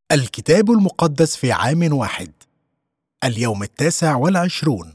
الكتاب المقدس في عام واحد. اليوم 29.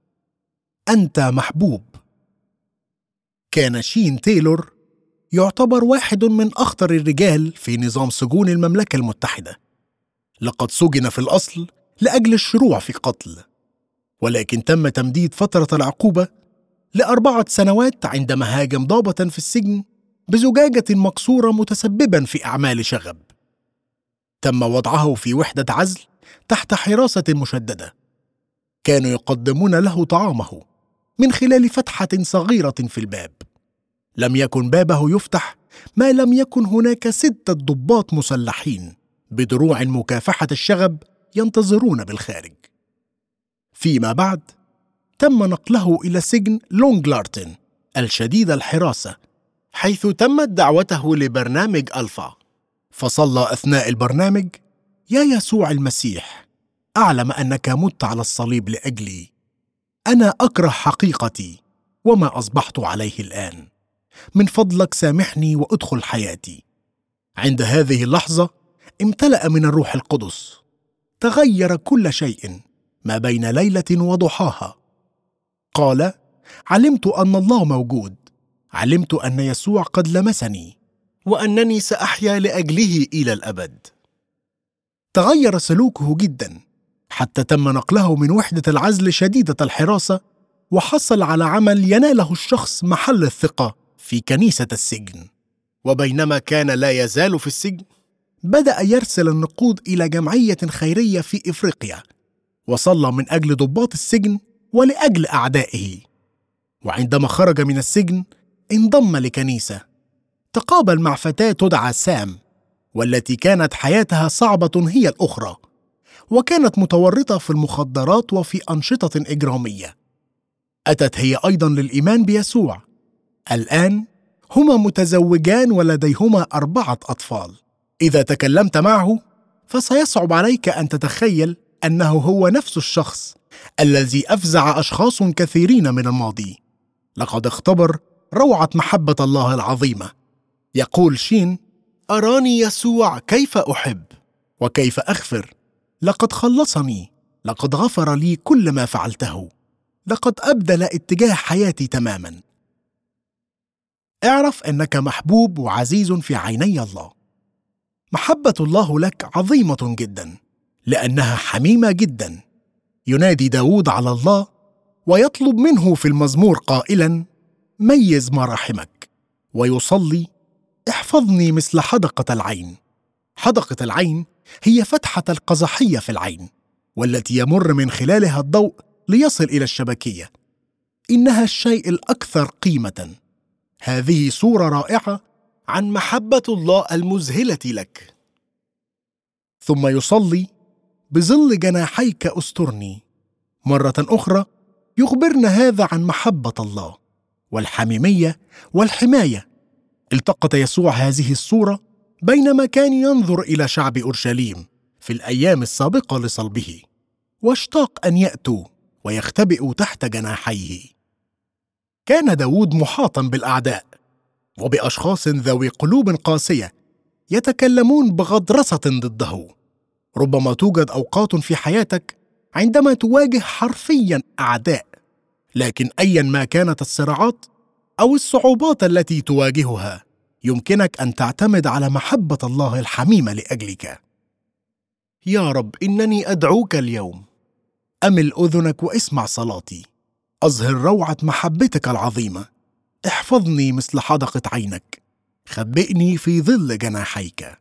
أنت محبوب. كان شين تايلور يعتبر واحد من أخطر الرجال في نظام سجون المملكة المتحدة. لقد سجن في الأصل لأجل الشروع في قتل، ولكن تم تمديد فترة العقوبة ل4 سنوات عندما هاجم ضابطاً في السجن بزجاجة مكسورة متسبباً في أعمال شغب. تم وضعه في وحدة عزل تحت حراسة مشددة. كانوا يقدمون له طعامه من خلال فتحة صغيرة في الباب. لم يكن بابه يفتح ما لم يكن هناك 6 ضباط مسلحين بدروع مكافحة الشغب ينتظرون بالخارج. فيما بعد تم نقله إلى سجن لونغلارتن الشديد الحراسة، حيث تمت دعوته لبرنامج ألفا. فصلى أثناء البرنامج: يا يسوع المسيح، أعلم أنك مت على الصليب لأجلي. أنا أكره حقيقتي وما أصبحت عليه الآن. من فضلك سامحني وأدخل حياتي. عند هذه اللحظة امتلأ من الروح القدس. تغير كل شيء ما بين ليلة وضحاها. قال: علمت أن الله موجود. علمت أن يسوع قد لمسني وأنني سأحيا لأجله إلى الأبد. تغير سلوكه جدا حتى تم نقله من وحدة العزل شديدة الحراسة، وحصل على عمل يناله الشخص محل الثقة في كنيسة السجن. وبينما كان لا يزال في السجن، بدأ يرسل النقود إلى جمعية خيرية في إفريقيا، وصلى من أجل ضباط السجن ولأجل أعدائه. وعندما خرج من السجن انضم لكنيسة. تقابل مع فتاة تدعى سام، والتي كانت حياتها صعبة هي الأخرى، وكانت متورطة في المخدرات وفي أنشطة إجرامية. أتت هي أيضا للإيمان بيسوع. الآن هما متزوجان ولديهما 4 أطفال. إذا تكلمت معه فسيصعب عليك أن تتخيل أنه هو نفس الشخص الذي أفزع أشخاص كثيرين من الماضي. لقد اختبر روعة محبة الله العظيمة. يقول شين: أراني يسوع كيف أحب وكيف أغفر. لقد خلصني. لقد غفر لي كل ما فعلته. لقد أبدل اتجاه حياتي تماما. اعرف أنك محبوب وعزيز في عيني الله. محبة الله لك عظيمة جدا لأنها حميمة جدا. ينادي داود على الله ويطلب منه في المزمور قائلا: ميز مراحمك. ويصلي: احفظني مثل حدقة العين. حدقة العين هي فتحة القزحية في العين، والتي يمر من خلالها الضوء ليصل إلى الشبكية. إنها الشيء الأكثر قيمة. هذه صورة رائعة عن محبة الله المذهلة لك. ثم يصلي: بظل جناحيك أسترني. مرة أخرى يخبرنا هذا عن محبة الله والحميمية والحماية. التقط يسوع هذه الصورة بينما كان ينظر إلى شعب أورشليم في الأيام السابقة لصلبه، واشتاق أن يأتوا ويختبئوا تحت جناحيه. كان داود محاطا بالأعداء وبأشخاص ذوي قلوب قاسية يتكلمون بغضرسة ضده. ربما توجد أوقات في حياتك عندما تواجه حرفيا أعداء، لكن أيا ما كانت الصراعات أو الصعوبات التي تواجهها، يمكنك أن تعتمد على محبة الله الحميمة لأجلك. يا رب، إنني أدعوك اليوم. أمل أذنك واسمع صلاتي. أظهر روعة محبتك العظيمة. احفظني مثل حدقة عينك. خبئني في ظل جناحيك.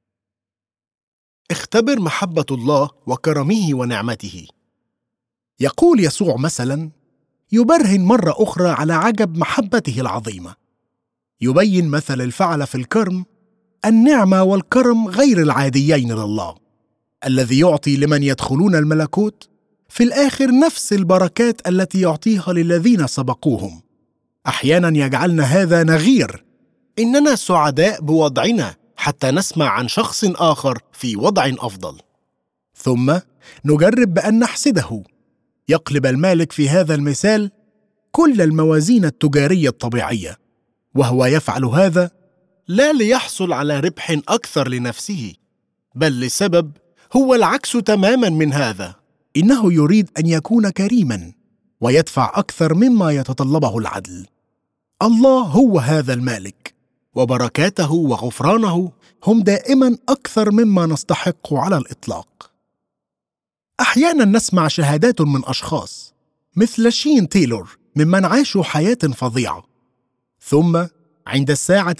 اختبر محبة الله وكرمه ونعمته. يقول يسوع مثلا: يبرهن مرة أخرى على عجب محبته العظيمة. يبين مثل الفعل في الكرم النعمة والكرم غير العاديين لله، الذي يعطي لمن يدخلون الملكوت في الآخر نفس البركات التي يعطيها للذين سبقوهم. أحيانا يجعلنا هذا نغير. إننا سعداء بوضعنا حتى نسمع عن شخص آخر في وضع أفضل، ثم نجرب بأن نحسده. يقلب المالك في هذا المثال كل الموازين التجارية الطبيعية، وهو يفعل هذا لا ليحصل على ربح أكثر لنفسه، بل لسبب هو العكس تماما من هذا. إنه يريد أن يكون كريما ويدفع أكثر مما يتطلبه العدل. الله هو هذا المالك، وبركاته وغفرانه هم دائما أكثر مما نستحق على الإطلاق. أحيانا نسمع شهادات من أشخاص مثل شين تايلور ممن عاشوا حياة فظيعة، ثم عند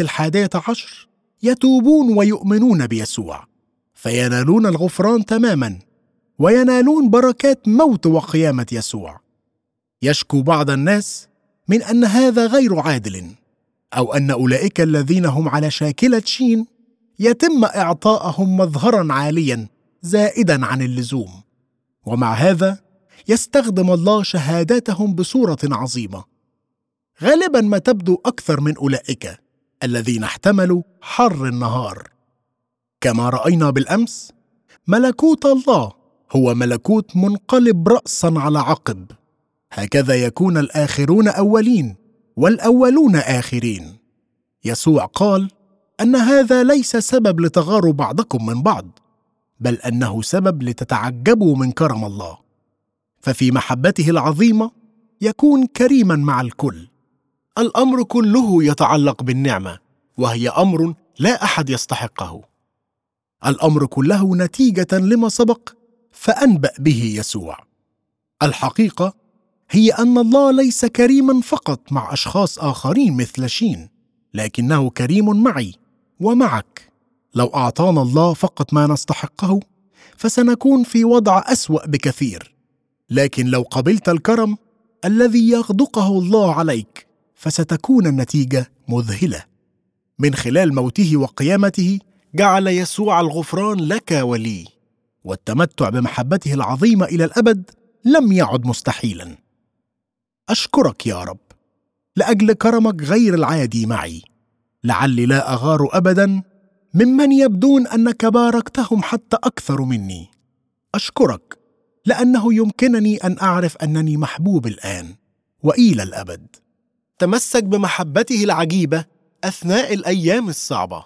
11:00 يتوبون ويؤمنون بيسوع، فينالون الغفران تماما وينالون بركات موت وقيامة يسوع. يشكو بعض الناس من أن هذا غير عادل، أو أن أولئك الذين هم على شاكلة شين يتم إعطائهم مظهرا عاليا زائدا عن اللزوم، ومع هذا يستخدم الله شهاداتهم بصورة عظيمة. غالبا ما تبدو أكثر من أولئك الذين احتملوا حر النهار. كما رأينا بالأمس، ملكوت الله هو ملكوت منقلب رأسا على عقب. هكذا يكون الآخرون أولين والأولون آخرين. يسوع قال أن هذا ليس سبب لتغاروا بعضكم من بعض، بل أنه سبب لتتعجبوا من كرم الله. ففي محبته العظيمة يكون كريما مع الكل. الأمر كله يتعلق بالنعمة، وهي أمر لا أحد يستحقه. الأمر كله نتيجة لما سبق فأنبأ به يسوع. الحقيقة هي أن الله ليس كريما فقط مع أشخاص آخرين مثل شين، لكنه كريم معي ومعك. لو أعطانا الله فقط ما نستحقه فسنكون في وضع أسوأ بكثير، لكن لو قبلت الكرم الذي يغدقه الله عليك فستكون النتيجة مذهلة. من خلال موته وقيامته جعل يسوع الغفران لك ولي، والتمتع بمحبته العظيمة إلى الأبد لم يعد مستحيلا. أشكرك يا رب لأجل كرمك غير العادي معي. لعلي لا أغار أبدا ممن يبدون أنك باركتهم حتى أكثر مني. أشكرك لأنه يمكنني أن أعرف أنني محبوب الآن وإلى الأبد. تمسك بمحبته العجيبة أثناء الأيام الصعبة.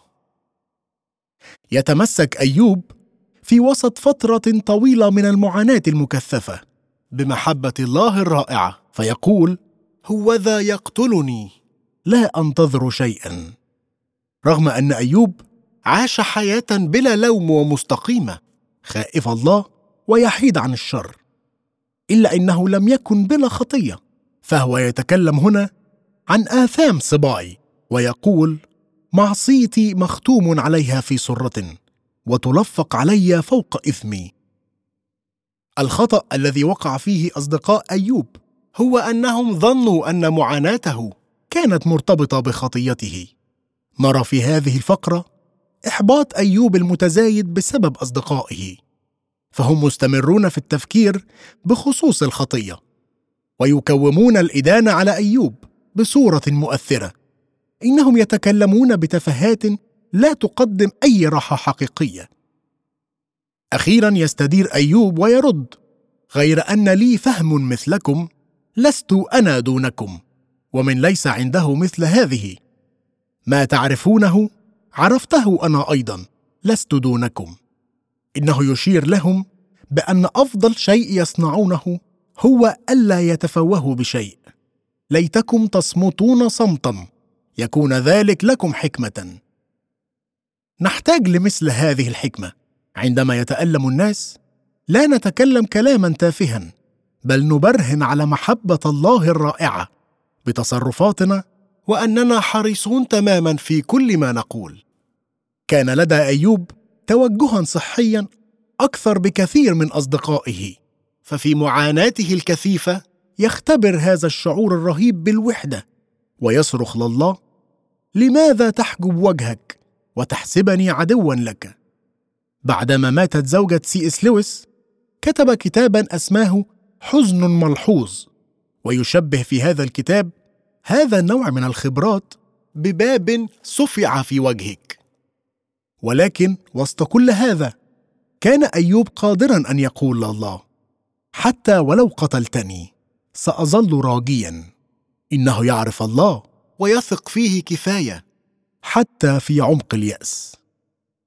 يتمسك أيوب في وسط فترة طويلة من المعاناة المكثفة بمحبة الله الرائعة، فيقول: هوذا يقتلني لا أنتظر شيئا. رغم أن أيوب عاش حياة بلا لوم ومستقيمة، خائف الله ويحيد عن الشر، إلا أنه لم يكن بلا خطية. فهو يتكلم هنا عن آثام صباعي ويقول: معصيتي مختوم عليها في سرة، وتلفق علي فوق إثمي. الخطأ الذي وقع فيه أصدقاء أيوب هو أنهم ظنوا أن معاناته كانت مرتبطة بخطيته. نرى في هذه الفقرة إحباط أيوب المتزايد بسبب أصدقائه، فهم مستمرون في التفكير بخصوص الخطية، ويكومون الإدانة على أيوب بصورة مؤثرة. إنهم يتكلمون بتفاهات لا تقدم أي راحة حقيقية. أخيرا يستدير أيوب ويرد: غير أن لي فهم مثلكم، لست أنا دونكم، ومن ليس عنده مثل هذه. ما تعرفونه عرفته أنا أيضا، لست دونكم. إنه يشير لهم بأن أفضل شيء يصنعونه هو ألا يتفوهوا بشيء. ليتكم تصمتون صمتا، يكون ذلك لكم حكمة. نحتاج لمثل هذه الحكمة. عندما يتألم الناس لا نتكلم كلاما تافها، بل نبرهن على محبة الله الرائعة بتصرفاتنا، وأننا حريصون تماما في كل ما نقول. كان لدى أيوب توجها صحيا أكثر بكثير من أصدقائه، ففي معاناته الكثيفة يختبر هذا الشعور الرهيب بالوحدة، ويصرخ لله: لماذا تحجب وجهك وتحسبني عدوا لك؟ بعدما ماتت زوجة سي.إس. لويس كتب كتابا أسماه حزن ملحوظ، ويشبه في هذا الكتاب هذا النوع من الخبرات بباب صفع في وجهك. ولكن وسط كل هذا كان أيوب قادرا أن يقول لله: حتى ولو قتلتني سأظل راجيا. إنه يعرف الله ويثق فيه كفاية حتى في عمق اليأس.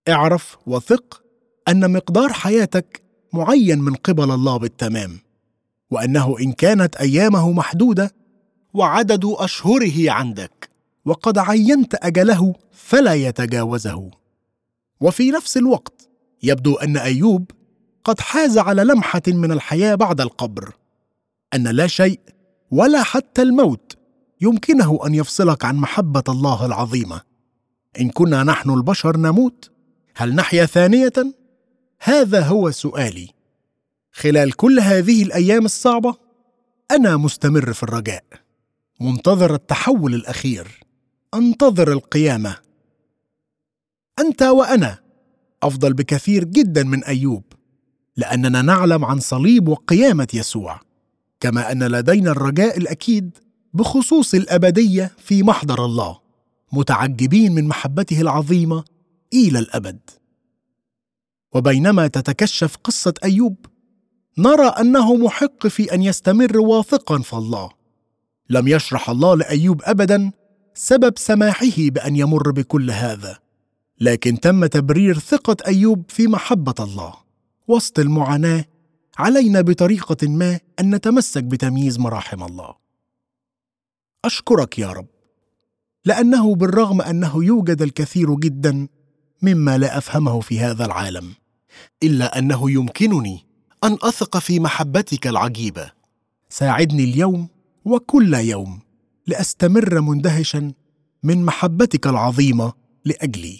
اعرف وثق أن مقدار حياتك معين من قبل الله بالتمام، وأنه إن كانت أيامه محدودة وعدد أشهره عندك وقد عينت أجله فلا يتجاوزه. وفي نفس الوقت يبدو أن أيوب قد حاز على لمحة من الحياة بعد القبر، أن لا شيء ولا حتى الموت يمكنه أن يفصلك عن محبة الله العظيمة. إن كنا نحن البشر نموت، هل نحيا ثانية؟ هذا هو سؤالي. خلال كل هذه الأيام الصعبة أنا مستمر في الرجاء، منتظر التحول الأخير، أنتظر القيامة. أنت وأنا أفضل بكثير جدا من أيوب، لأننا نعلم عن صليب وقيامة يسوع، كما أن لدينا الرجاء الأكيد بخصوص الأبدية في محضر الله، متعجبين من محبته العظيمة إلى الأبد. وبينما تتكشف قصة أيوب، نرى أنه محق في أن يستمر واثقا في الله. لم يشرح الله لأيوب أبدا سبب سماحه بأن يمر بكل هذا، لكن تم تبرير ثقة أيوب في محبة الله. وسط المعاناة علينا بطريقة ما أن نتمسك بتمييز مراحم الله. أشكرك يا رب، لأنه بالرغم أنه يوجد الكثير جدا مما لا أفهمه في هذا العالم، إلا أنه يمكنني أن أثق في محبتك العجيبة. ساعدني اليوم وكل يوم لأستمر مندهشا من محبتك العظيمة لأجلي.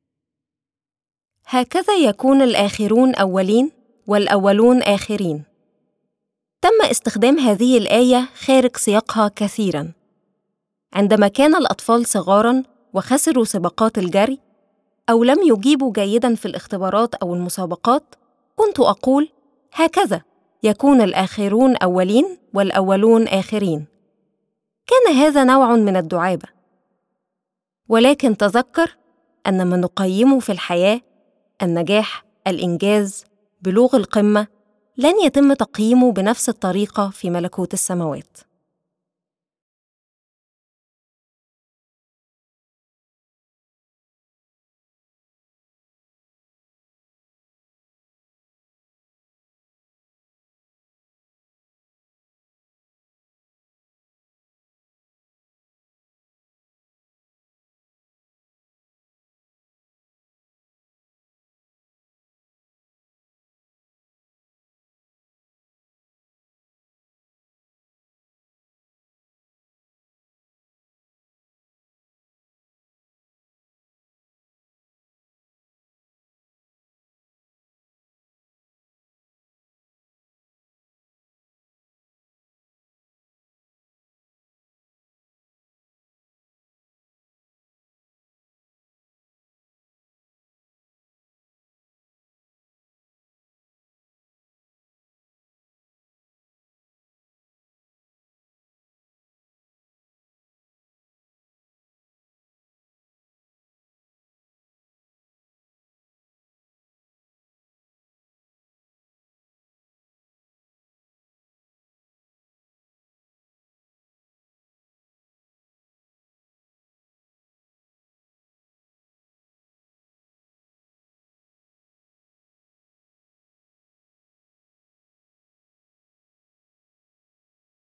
هكذا يكون الآخرون أولين والأولون آخرين. تم استخدام هذه الآية خارج سياقها كثيراً. عندما كان الأطفال صغاراً وخسروا سباقات الجري أو لم يجيبوا جيداً في الاختبارات أو المسابقات، كنت أقول: هكذا يكون الآخرون أولين والأولون آخرين. كان هذا نوع من الدعابة. ولكن تذكر أن ما نقيمه في الحياة، النجاح، الإنجاز، بلوغ القمة، لن يتم تقييمه بنفس الطريقة في ملكوت السماوات.